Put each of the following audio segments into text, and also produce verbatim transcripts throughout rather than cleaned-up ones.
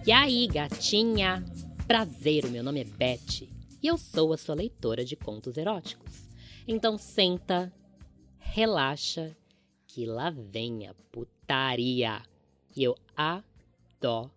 E aí, gatinha? Prazer, o meu nome é Beth e eu sou a sua leitora de contos eróticos. Então senta, relaxa, que lá vem a putaria. E eu adoro.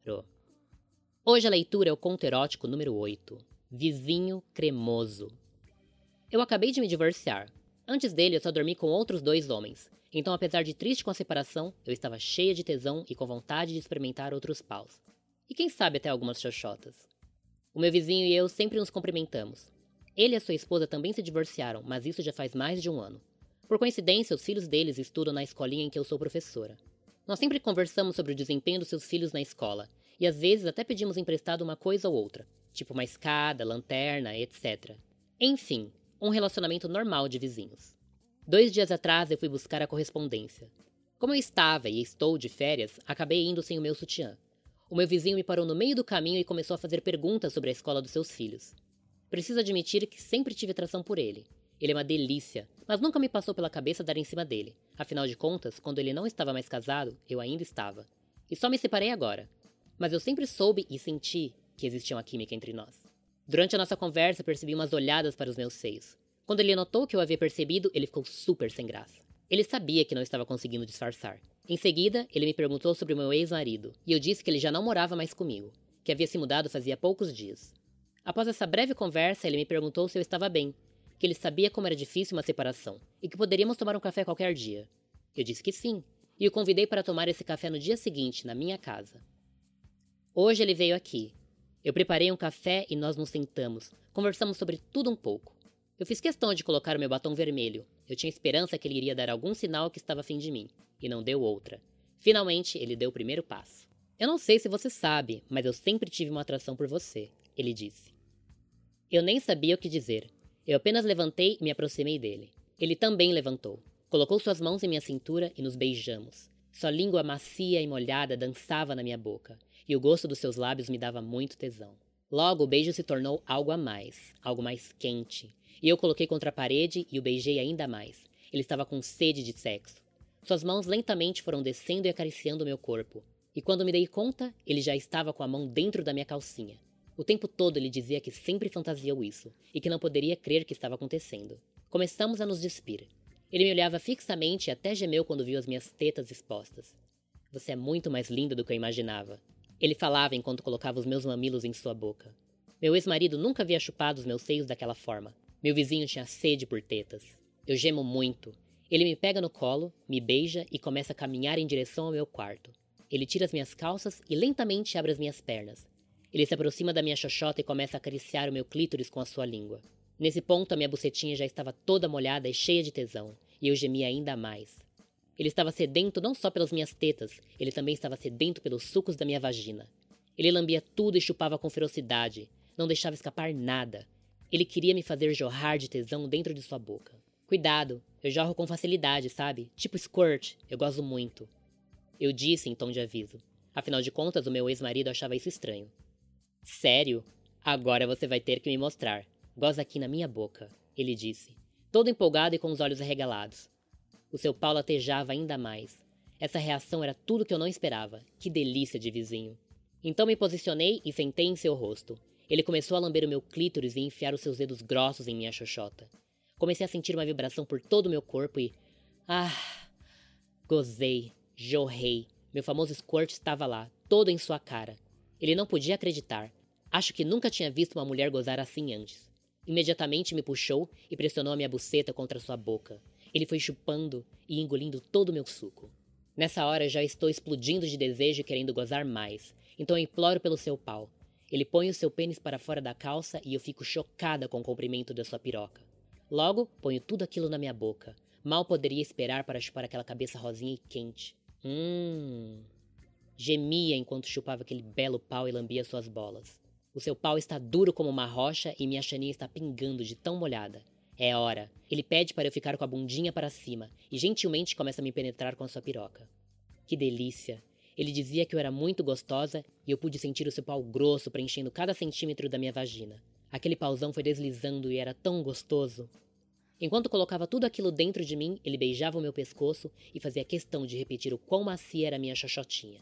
Hoje a leitura é o conto erótico número oito, Vizinho Cremoso. Eu acabei de me divorciar. Antes dele eu só dormi com outros dois homens. Então, apesar de triste com a separação, eu estava cheia de tesão e com vontade de experimentar outros paus. E quem sabe até algumas xoxotas. O meu vizinho e eu sempre nos cumprimentamos. Ele e a sua esposa também se divorciaram, mas isso já faz mais de um ano. Por coincidência, os filhos deles estudam na escolinha em que eu sou professora. Nós sempre conversamos sobre o desempenho dos seus filhos na escola, e às vezes até pedimos emprestado uma coisa ou outra, tipo uma escada, lanterna, etcétera. Enfim, um relacionamento normal de vizinhos. Dois dias atrás eu fui buscar a correspondência. Como eu estava e estou de férias, acabei indo sem o meu sutiã. O meu vizinho me parou no meio do caminho e começou a fazer perguntas sobre a escola dos seus filhos. Preciso admitir que sempre tive atração por ele. Ele é uma delícia, mas nunca me passou pela cabeça dar em cima dele. Afinal de contas, quando ele não estava mais casado, eu ainda estava. E só me separei agora. Mas eu sempre soube e senti que existia uma química entre nós. Durante a nossa conversa, percebi umas olhadas para os meus seios. Quando ele notou que eu havia percebido, ele ficou super sem graça. Ele sabia que não estava conseguindo disfarçar. Em seguida, ele me perguntou sobre o meu ex-marido, e eu disse que ele já não morava mais comigo, que havia se mudado fazia poucos dias. Após essa breve conversa, ele me perguntou se eu estava bem, que ele sabia como era difícil uma separação, e que poderíamos tomar um café qualquer dia. Eu disse que sim, e o convidei para tomar esse café no dia seguinte, na minha casa. Hoje ele veio aqui. Eu preparei um café e nós nos sentamos, conversamos sobre tudo um pouco. Eu fiz questão de colocar o meu batom vermelho. Eu tinha esperança que ele iria dar algum sinal que estava afim de mim. E não deu outra. Finalmente, ele deu o primeiro passo. Eu não sei se você sabe, mas eu sempre tive uma atração por você, ele disse. Eu nem sabia o que dizer. Eu apenas levantei e me aproximei dele. Ele também levantou. Colocou suas mãos em minha cintura e nos beijamos. Sua língua macia e molhada dançava na minha boca. E o gosto dos seus lábios me dava muito tesão. Logo, o beijo se tornou algo a mais. Algo mais quente. E eu coloquei contra a parede e o beijei ainda mais. Ele estava com sede de sexo. Suas mãos lentamente foram descendo e acariciando o meu corpo. E quando me dei conta, ele já estava com a mão dentro da minha calcinha. O tempo todo ele dizia que sempre fantasiou isso, e que não poderia crer que estava acontecendo. Começamos a nos despir. Ele me olhava fixamente e até gemeu quando viu as minhas tetas expostas. Você é muito mais linda do que eu imaginava. Ele falava enquanto colocava os meus mamilos em sua boca. Meu ex-marido nunca havia chupado os meus seios daquela forma. Meu vizinho tinha sede por tetas. Eu gemo muito. Ele me pega no colo, me beija e começa a caminhar em direção ao meu quarto. Ele tira as minhas calças e lentamente abre as minhas pernas. Ele se aproxima da minha xoxota e começa a acariciar o meu clítoris com a sua língua. Nesse ponto, a minha bucetinha já estava toda molhada e cheia de tesão, e eu gemia ainda mais. Ele estava sedento não só pelas minhas tetas, ele também estava sedento pelos sucos da minha vagina. Ele lambia tudo e chupava com ferocidade, não deixava escapar nada. Ele queria me fazer jorrar de tesão dentro de sua boca. Cuidado, eu jorro com facilidade, sabe? Tipo squirt, eu gosto muito. Eu disse em tom de aviso. Afinal de contas, o meu ex-marido achava isso estranho. Sério? Agora você vai ter que me mostrar. Goza aqui na minha boca, ele disse, todo empolgado e com os olhos arregalados. O seu pau latejava ainda mais. Essa reação era tudo que eu não esperava. Que delícia de vizinho. Então me posicionei e sentei em seu rosto. Ele começou a lamber o meu clítoris e enfiar os seus dedos grossos em minha xoxota. Comecei a sentir uma vibração por todo o meu corpo e... Ah! Gozei, jorrei. Meu famoso squirt estava lá, todo em sua cara. Ele não podia acreditar. Acho que nunca tinha visto uma mulher gozar assim antes. Imediatamente me puxou e pressionou a minha buceta contra sua boca. Ele foi chupando e engolindo todo o meu suco. Nessa hora já estou explodindo de desejo e querendo gozar mais. Então eu imploro pelo seu pau. Ele põe o seu pênis para fora da calça e eu fico chocada com o comprimento da sua piroca. Logo, ponho tudo aquilo na minha boca. Mal poderia esperar para chupar aquela cabeça rosinha e quente. Hum... Gemia enquanto chupava aquele belo pau e lambia suas bolas. O seu pau está duro como uma rocha e minha chaninha está pingando de tão molhada. É hora. Ele pede para eu ficar com a bundinha para cima e gentilmente começa a me penetrar com a sua piroca. Que delícia! Ele dizia que eu era muito gostosa e eu pude sentir o seu pau grosso preenchendo cada centímetro da minha vagina. Aquele pauzão foi deslizando e era tão gostoso. Enquanto colocava tudo aquilo dentro de mim, ele beijava o meu pescoço e fazia questão de repetir o quão macia era a minha xoxotinha.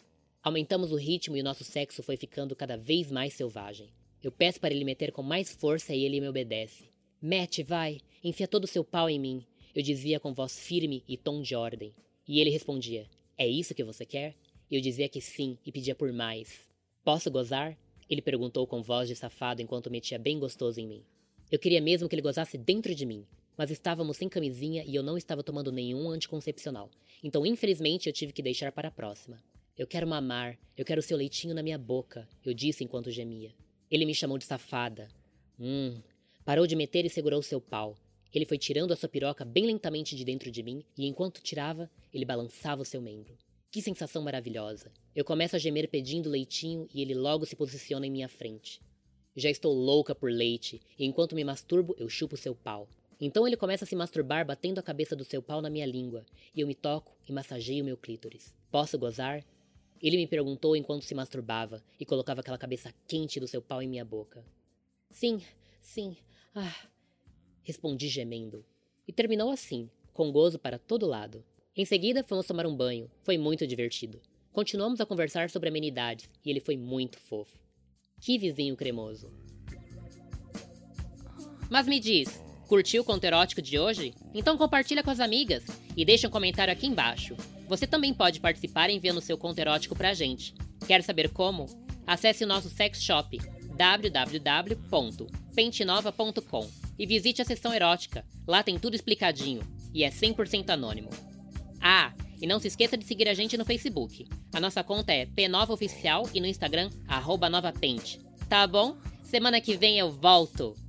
Aumentamos o ritmo e o nosso sexo foi ficando cada vez mais selvagem. Eu peço para ele meter com mais força e ele me obedece. Mete, vai, enfia todo o seu pau em mim, eu dizia com voz firme e tom de ordem. E ele respondia, é isso que você quer? Eu dizia que sim e pedia por mais. Posso gozar? Ele perguntou com voz de safado enquanto metia bem gostoso em mim. Eu queria mesmo que ele gozasse dentro de mim, mas estávamos sem camisinha e eu não estava tomando nenhum anticoncepcional, então infelizmente eu tive que deixar para a próxima. Eu quero mamar, eu quero seu leitinho na minha boca, eu disse enquanto gemia. Ele me chamou de safada. Hum, parou de meter e segurou seu pau. Ele foi tirando a sua piroca bem lentamente de dentro de mim e enquanto tirava, ele balançava o seu membro. Que sensação maravilhosa. Eu começo a gemer pedindo leitinho e ele logo se posiciona em minha frente. Já estou louca por leite e enquanto me masturbo, eu chupo seu pau. Então ele começa a se masturbar batendo a cabeça do seu pau na minha língua e eu me toco e massageio meu clítoris. Posso gozar? Ele me perguntou enquanto se masturbava e colocava aquela cabeça quente do seu pau em minha boca. Sim, sim, ah... Respondi gemendo. E terminou assim, com gozo para todo lado. Em seguida, fomos tomar um banho. Foi muito divertido. Continuamos a conversar sobre amenidades e ele foi muito fofo. Que vizinho cremoso. Mas me diz, curtiu o conto erótico de hoje? Então compartilha com as amigas e deixa um comentário aqui embaixo. Você também pode participar enviando seu conto erótico pra gente. Quer saber como? Acesse o nosso sex shop w w w ponto pente nova ponto com e visite a seção erótica. Lá tem tudo explicadinho e é cem por cento anônimo. Ah, e não se esqueça de seguir a gente no Facebook. A nossa conta é pnovaoficial e no Instagram, arroba novapente. Tá bom? Semana que vem eu volto!